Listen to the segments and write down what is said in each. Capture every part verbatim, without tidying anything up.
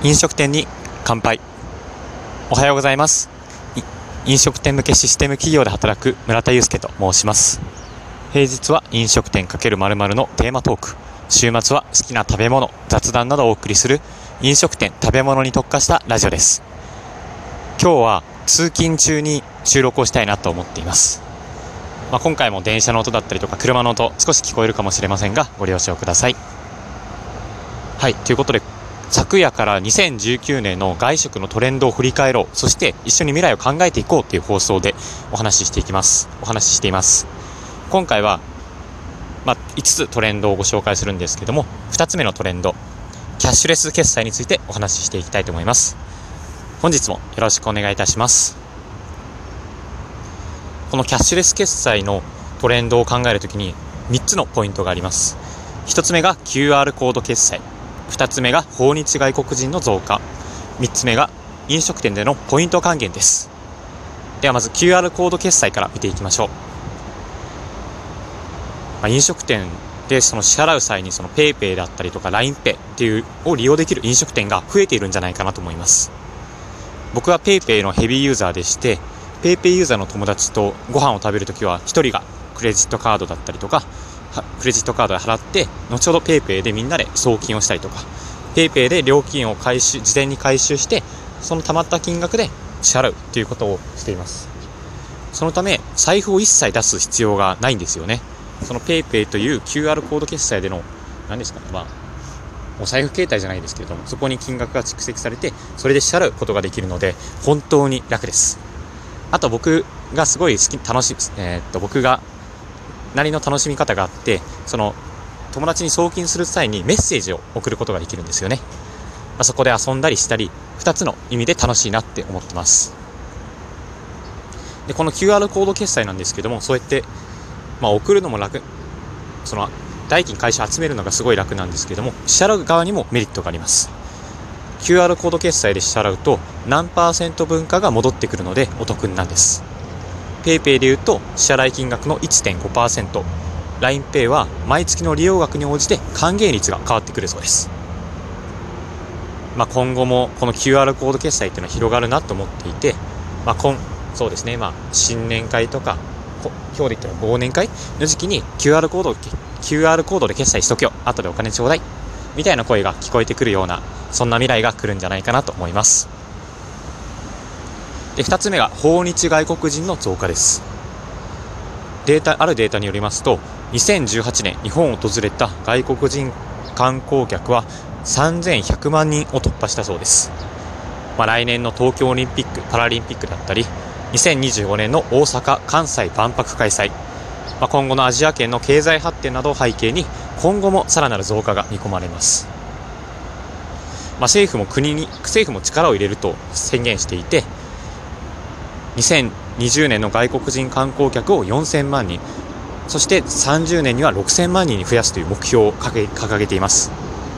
飲食店に乾杯。おはようございます。飲食店向けシステム企業で働く村田祐介と申します。平日は飲食店×〇〇のテーマトーク、週末は好きな食べ物、雑談などをお送りする飲食店食べ物に特化したラジオです。今日は通勤中に収録をしたいなと思っています。まあ、今回も電車の音だったりとか車の音少し聞こえるかもしれませんがご了承ください。はい、ということで昨夜からにせんじゅうきゅうねんの外食のトレンドを振り返ろう、そして一緒に未来を考えていこうという放送でお話ししていきますお話ししています今回は、まあ、いつつトレンドをご紹介するんですけども、ふたつめのトレンド、キャッシュレス決済についてお話ししていきたいと思います。本日もよろしくお願いいたします。このキャッシュレス決済のトレンドを考えるときにみっつのポイントがあります。ひとつめが キューアール コード決済、ふたつめが訪日外国人の増加、みっつめが飲食店でのポイント還元です。ではまず キューアール コード決済から見ていきましょう。まあ、飲食店でその支払う際にその PayPay だったりとか ラインペイ っていうを利用できる飲食店が増えているんじゃないかなと思います。僕は PayPay のヘビーユーザーでして、 PayPay ユーザーの友達とご飯を食べるときはひとりがクレジットカードだったりとかクレジットカードで払って、後ほど PayPay でみんなで送金をしたりとか、 PayPay で料金を回収事前に回収して、その貯まった金額で支払うということをしています。そのため財布を一切出す必要がないんですよね。その PayPay という キューアール コード決済での何ですかね、まあお財布携帯じゃないですけれども、そこに金額が蓄積されて、それで支払うことができるので本当に楽です。あと僕がすごい好き楽しい、えー、っと僕がなりの楽しみ方があって、その友達に送金する際にメッセージを送ることができるんですよね。まあ、そこで遊んだりしたり、ふたつの意味で楽しいなって思ってます。でこの キューアール コード決済なんですけども、そうやって、まあ、送るのも楽、その代金回収集めるのがすごい楽なんですけども、支払う側にもメリットがあります。 キューアール コード決済で支払うと何パーセント分かが戻ってくるのでお得なんです。PayPay でいうと支払い金額の いってんごパーセント、 ラインペイ は毎月の利用額に応じて還元率が変わってくるそうです。まあ、今後もこの キューアール コード決済っていうのは広がるなと思っていて、まあ、今そうですね、まあ、新年会とか今日で言ったら忘年会の時期に キューアール コード キューアール コードで決済しとけよ、後でお金ちょうだいみたいな声が聞こえてくるような、そんな未来が来るんじゃないかなと思います。でふたつめが訪日外国人の増加です。データあるデータによりますと、にせんじゅうはちねん日本を訪れた外国人観光客はさんぜんひゃくまんにんを突破したそうです。まあ、来年の東京オリンピック・パラリンピックだったり、にせんにじゅうごねんの大阪・関西万博開催、まあ、今後のアジア圏の経済発展などを背景に今後もさらなる増加が見込まれます。まあ、政府も国に政府も力を入れると宣言していて、にせんにじゅうねんの外国人観光客をよんせんまんにん、そしてさんじゅうねんにはろくせんまんにんに増やすという目標を掲げています。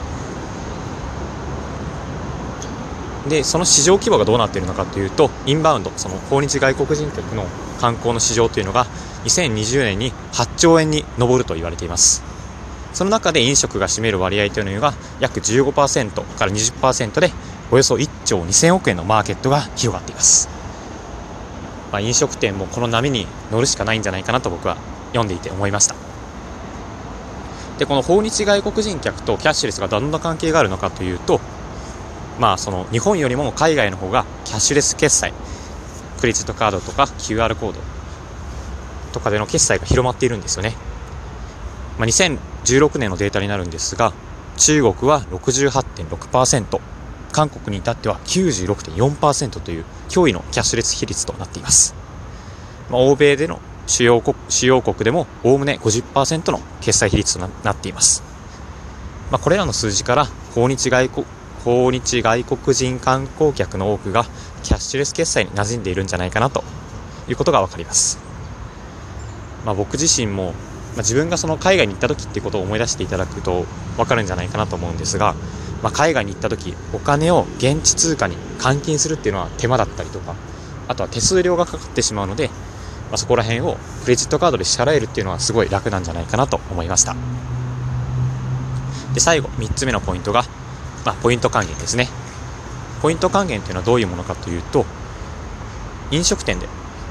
でその市場規模がどうなっているのかというと、インバウンド、その訪日外国人客の観光の市場というのがにせんにじゅうねんにはっちょうえんに上ると言われています。その中で飲食が占める割合というのが約 じゅうごパーセント から にじゅっパーセント で、およそいっちょうにせんおくえんのマーケットが広がっています。まあ、飲食店もこの波に乗るしかないんじゃないかなと僕は読んでいて思いました。でこの訪日外国人客とキャッシュレスがどんな関係があるのかというと、まあその日本よりも海外の方がキャッシュレス決済、クレジットカードとか キューアール コードとかでの決済が広まっているんですよね。まあ、にせんじゅうろくねんのデータになるんですが、中国は ろくじゅうはちてんろくパーセント、韓国に至っては きゅうじゅうろくてんよんパーセント という驚異のキャッシュレス比率となっています。まあ、欧米での主要国、主要国でもおおむね ごじゅっパーセント の決済比率と な, なっています。まあ、これらの数字から訪日外国訪日外国人観光客の多くがキャッシュレス決済に馴染んでいるんじゃないかなということが分かります。まあ、僕自身も、まあ、自分がその海外に行った時っていうことを思い出していただくと分かるんじゃないかなと思うんですが、まあ、海外に行った時お金を現地通貨に換金するっていうのは手間だったりとか、あとは手数料がかかってしまうので、まあ、そこら辺をクレジットカードで支払えるっていうのはすごい楽なんじゃないかなと思いました。で最後みっつめのポイントが、まあ、ポイント還元ですね。 ポイント還元というのはどういうものかというと、飲食店で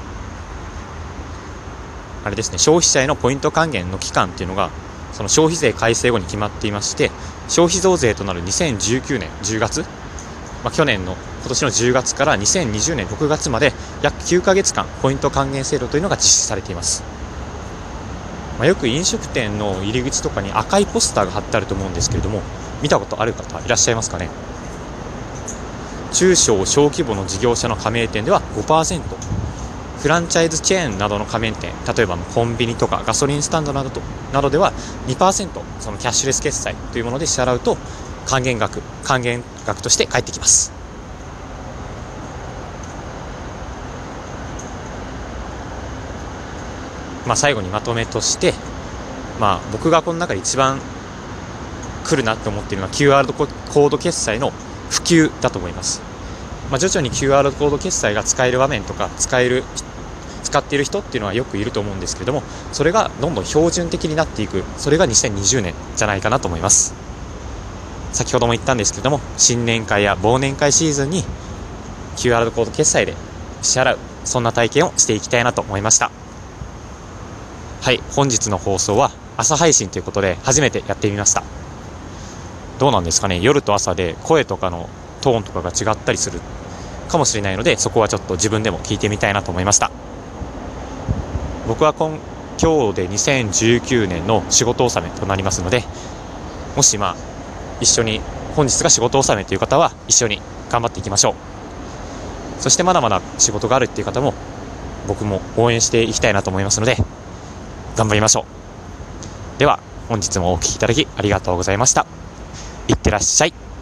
あれですね、消費者へのポイント還元の期間っていうのがその消費税改正後に決まっていまして、消費増税となるにせんじゅうきゅうねんじゅうがつ、まあ、去年の今年のじゅうがつからにせんにじゅうねんろくがつまで約きゅうかげつかんポイント還元制度というのが実施されています。まあ、よく飲食店の入り口とかに赤いポスターが貼ってあると思うんですけれども、見たことある方いらっしゃいますかね。中小小規模の事業者の加盟店では ごパーセント、フランチャイズチェーンなどの加盟店、例えばコンビニとかガソリンスタンドなどとなどでは にパーセント、そのキャッシュレス決済というもので支払うと還元額還元額として返ってきます。まあ、最後にまとめとして、まあ、僕がこの中で一番来るなって思っているのは キューアール コード決済の普及だと思います。まあ、徐々に キューアール コード決済が使える場面とか使える使っている人っていうのはよくいると思うんですけれども、それがどんどん標準的になっていく、それがにせんにじゅうねんじゃないかなと思います。先ほども言ったんですけれども、新年会や忘年会シーズンに キューアール コード決済で支払う、そんな体験をしていきたいなと思いました。はい、本日の放送は朝配信ということで初めてやってみました。どうなんですかね、夜と朝で声とかのトーンとかが違ったりするかもしれないので、そこはちょっと自分でも聞いてみたいなと思いました。僕は今今日でにせんじゅうきゅうねんの仕事納めとなりますので、もしまあ一緒に本日が仕事納めという方は一緒に頑張っていきましょう。そしてまだまだ仕事があるっていう方も僕も応援していきたいなと思いますので、頑張りましょう。では本日もお聞きいただきありがとうございました。いってらっしゃい。